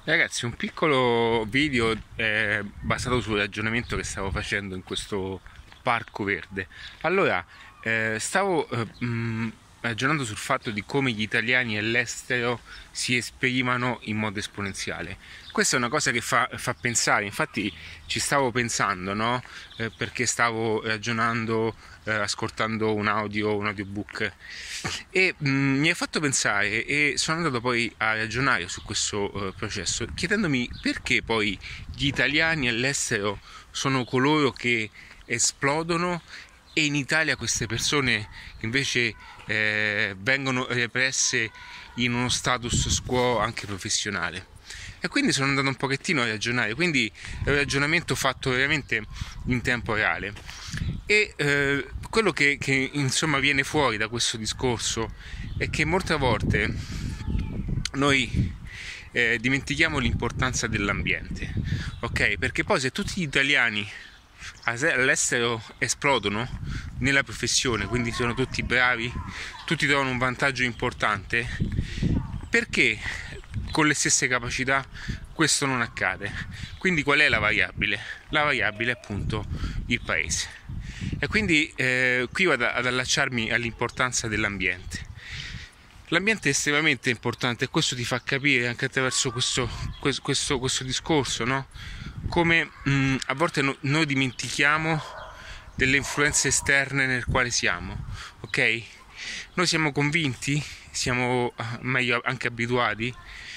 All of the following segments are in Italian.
Ragazzi, un piccolo video basato sul ragionamento che stavo facendo in questo parco verde. Allora, stavo ragionando sul fatto di come gli italiani all'estero si esprimano in modo esponenziale. Questa è una cosa che fa pensare, infatti ci stavo pensando, no? Perché stavo ragionando, ascoltando un audiobook e mi ha fatto pensare e sono andato poi a ragionare su questo processo, chiedendomi perché poi gli italiani all'estero sono coloro che esplodono e in Italia queste persone invece vengono represse in uno status quo anche professionale. E quindi sono andato un pochettino a ragionare, quindi è un ragionamento fatto veramente in tempo reale. E quello che insomma viene fuori da questo discorso è che molte volte noi dimentichiamo l'importanza dell'ambiente, ok? Perché poi se tutti gli italiani all'estero esplodono nella professione, quindi sono tutti bravi, tutti trovano un vantaggio importante, perché con le stesse capacità questo non accade? Quindi qual è la variabile? La variabile è appunto il paese. E quindi qui vado ad allacciarmi all'importanza dell'ambiente. L'ambiente è estremamente importante e questo ti fa capire anche attraverso questo discorso, no? Come a volte noi dimentichiamo delle influenze esterne nel quale siamo, ok? Noi siamo convinti, siamo meglio anche abituati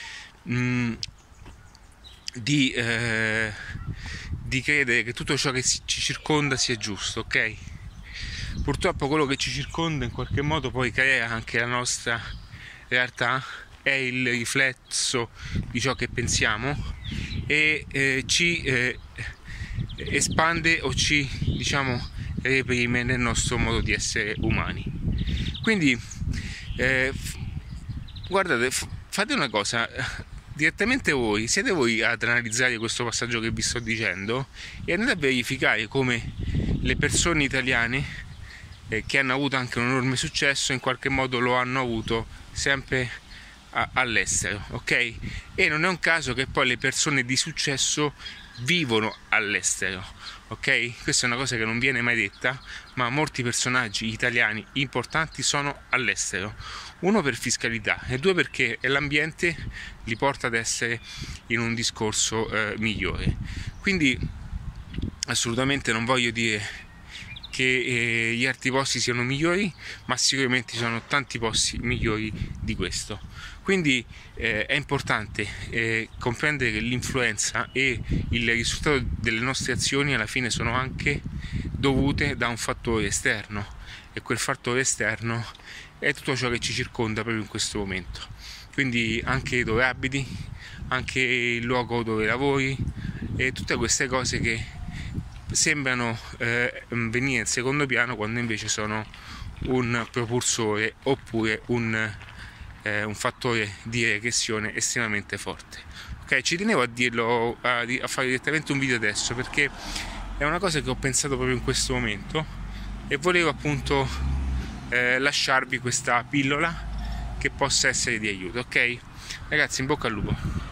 di credere che tutto ciò che ci circonda sia giusto, ok? Purtroppo quello che ci circonda in qualche modo poi crea anche la nostra realtà, è il riflesso di ciò che pensiamo e ci espande o ci, diciamo, reprime nel nostro modo di essere umani. Quindi guardate, fate una cosa, direttamente voi, siete voi ad analizzare questo passaggio che vi sto dicendo e andate a verificare come le persone italiane che hanno avuto anche un enorme successo in qualche modo lo hanno avuto sempre all'estero, ok? E non è un caso che poi le persone di successo vivono all'estero, ok? Questa è una cosa che non viene mai detta, ma molti personaggi italiani importanti sono all'estero. Uno per fiscalità e due perché l'ambiente li porta ad essere in un discorso migliore. Quindi assolutamente non voglio dire che gli altri posti siano migliori, ma sicuramente ci sono tanti posti migliori di questo. Quindi è importante comprendere che l'influenza e il risultato delle nostre azioni alla fine sono anche dovute da un fattore esterno e quel fattore esterno è tutto ciò che ci circonda proprio in questo momento. Quindi anche dove abiti, anche il luogo dove lavori e tutte queste cose che sembrano venire in secondo piano quando invece sono un propulsore oppure un fattore di regressione estremamente forte. Ok, ci tenevo a dirlo, a fare direttamente un video adesso perché è una cosa che ho pensato proprio in questo momento e volevo appunto lasciarvi questa pillola che possa essere di aiuto, ok? Ragazzi, in bocca al lupo.